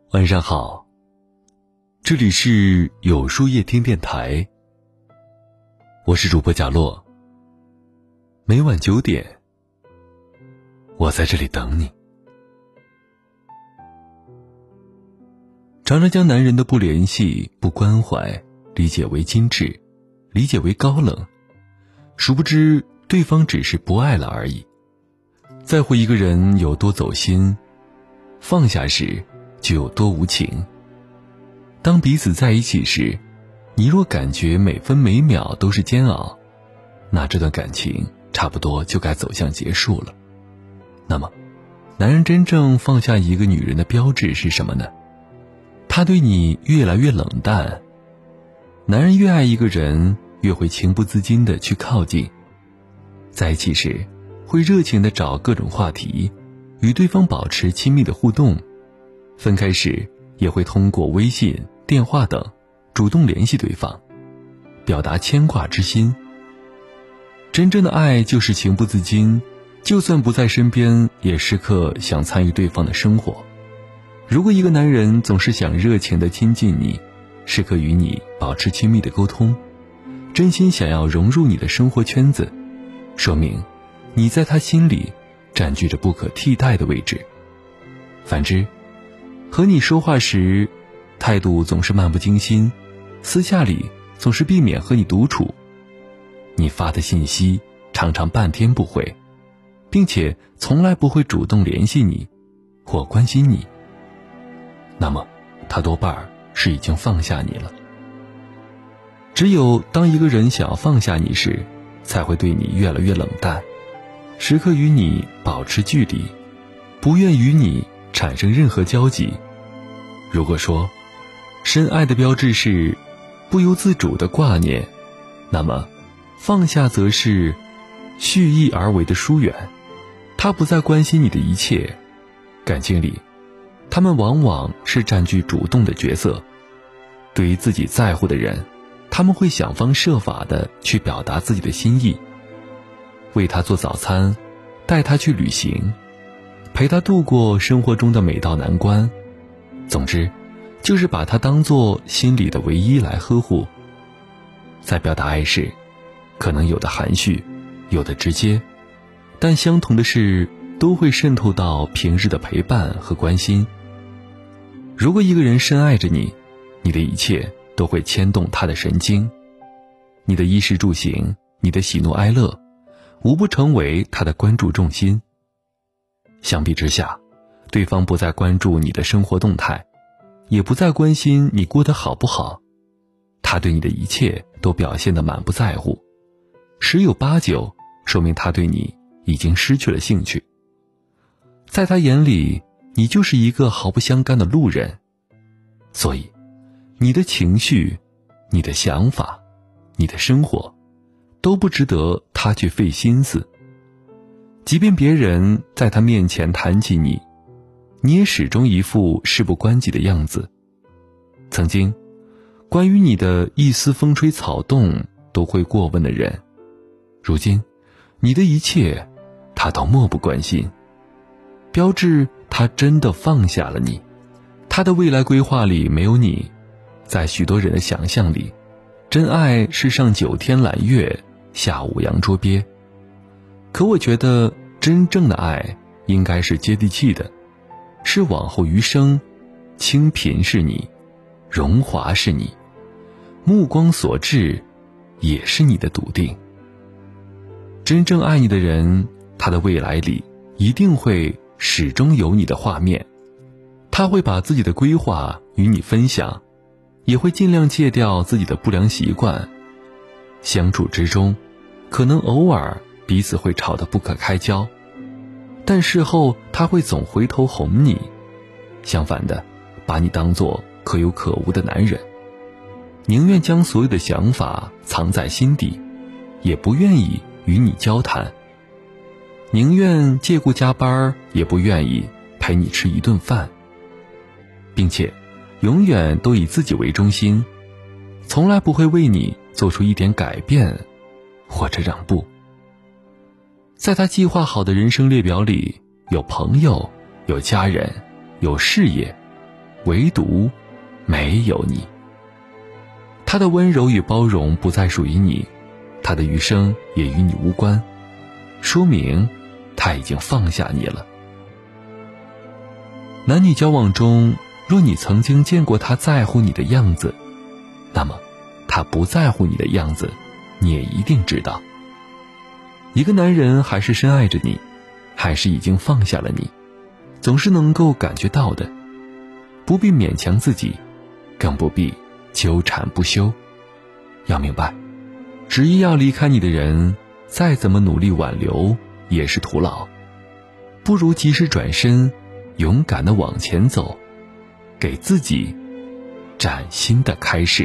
晚上好，这里是有书夜听电台，我是主播贾洛。每晚9点，我在这里等你。常常将男人的不联系、不关怀理解为精致，理解为高冷，殊不知对方只是不爱了而已。在乎一个人有多走心，放下时就有多无情。当彼此在一起时，你若感觉每分每秒都是煎熬，那这段感情差不多就该走向结束了。那么，男人真正放下一个女人的标志是什么呢？他对你越来越冷淡。男人越爱一个人，越会情不自禁地去靠近。在一起时，会热情地找各种话题，与对方保持亲密的互动。分开时，也会通过微信、电话等主动联系对方，表达牵挂之心。真正的爱就是情不自禁，就算不在身边，也时刻想参与对方的生活。如果一个男人总是想热情地亲近你，时刻与你保持亲密的沟通，真心想要融入你的生活圈子，说明你在他心里占据着不可替代的位置。反之，和你说话时态度总是漫不经心，私下里总是避免和你独处，你发的信息常常半天不回，并且从来不会主动联系你或关心你，那么他多半是已经放下你了。只有当一个人想要放下你时，才会对你越来越冷淡，时刻与你保持距离，不愿与你产生任何交集。如果说深爱的标志是不由自主的挂念，那么放下则是蓄意而为的疏远。他不再关心你的一切，感情里他们往往是占据主动的角色。对于自己在乎的人，他们会想方设法地去表达自己的心意，为他做早餐，带他去旅行，陪他度过生活中的每道难关。总之，就是把他当作心里的唯一来呵护。在表达爱时，可能有的含蓄，有的直接，但相同的是，都会渗透到平日的陪伴和关心。如果一个人深爱着你，你的一切都会牵动他的神经，你的衣食住行，你的喜怒哀乐，无不成为他的关注重心。相比之下，对方不再关注你的生活动态，也不再关心你过得好不好，他对你的一切都表现得满不在乎，十有八九说明他对你已经失去了兴趣。在他眼里，你就是一个毫不相干的路人，所以你的情绪、你的想法、你的生活都不值得他去费心思。即便别人在他面前谈起你，你也始终一副事不关己的样子。曾经关于你的一丝风吹草动都会过问的人，如今你的一切他都漠不关心，标志他真的放下了你。他的未来规划里没有你，在许多人的想象里，真爱是上9天揽月，下5洋捉鳖。可我觉得真正的爱应该是接地气的，是往后余生，清贫是你，荣华是你，目光所至也是你的笃定。真正爱你的人，他的未来里一定会始终有你的画面，他会把自己的规划与你分享，也会尽量戒掉自己的不良习惯。相处之中，可能偶尔彼此会吵得不可开交，但事后他会总回头哄你。相反的，把你当作可有可无的男人，宁愿将所有的想法藏在心底，也不愿意与你交谈，宁愿借故加班，也不愿意陪你吃一顿饭，并且永远都以自己为中心，从来不会为你做出一点改变或者让步。在他计划好的人生列表里，有朋友，有家人，有事业， 唯独没有你。他的温柔与包容不再属于你，他的余生也与你无关，说明他已经放下你了。男女交往中，若你曾经见过他在乎你的样子，那么他不在乎你的样子你也一定知道。一个男人还是深爱着你，还是已经放下了你，总是能够感觉到的，不必勉强自己，更不必纠缠不休。要明白，执意要离开你的人，再怎么努力挽留也是徒劳，不如及时转身，勇敢地往前走，给自己崭新的开始。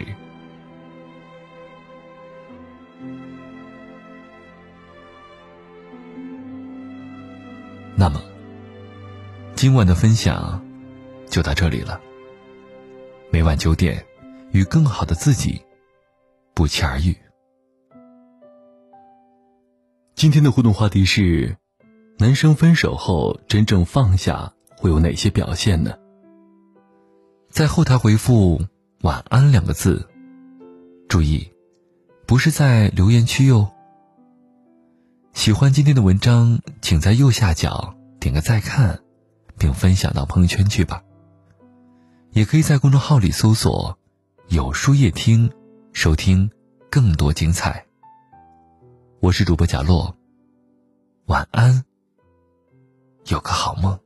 那么今晚的分享就到这里了。每晚9点，与更好的自己不期而遇。今天的互动话题是：男生分手后真正放下会有哪些表现呢？在后台回复晚安2个字，注意不是在留言区哟。喜欢今天的文章，请在右下角点个再看，并分享到朋友圈去吧。也可以在公众号里搜索有书夜听，收听更多精彩。我是主播贾洛，晚安，有个好梦。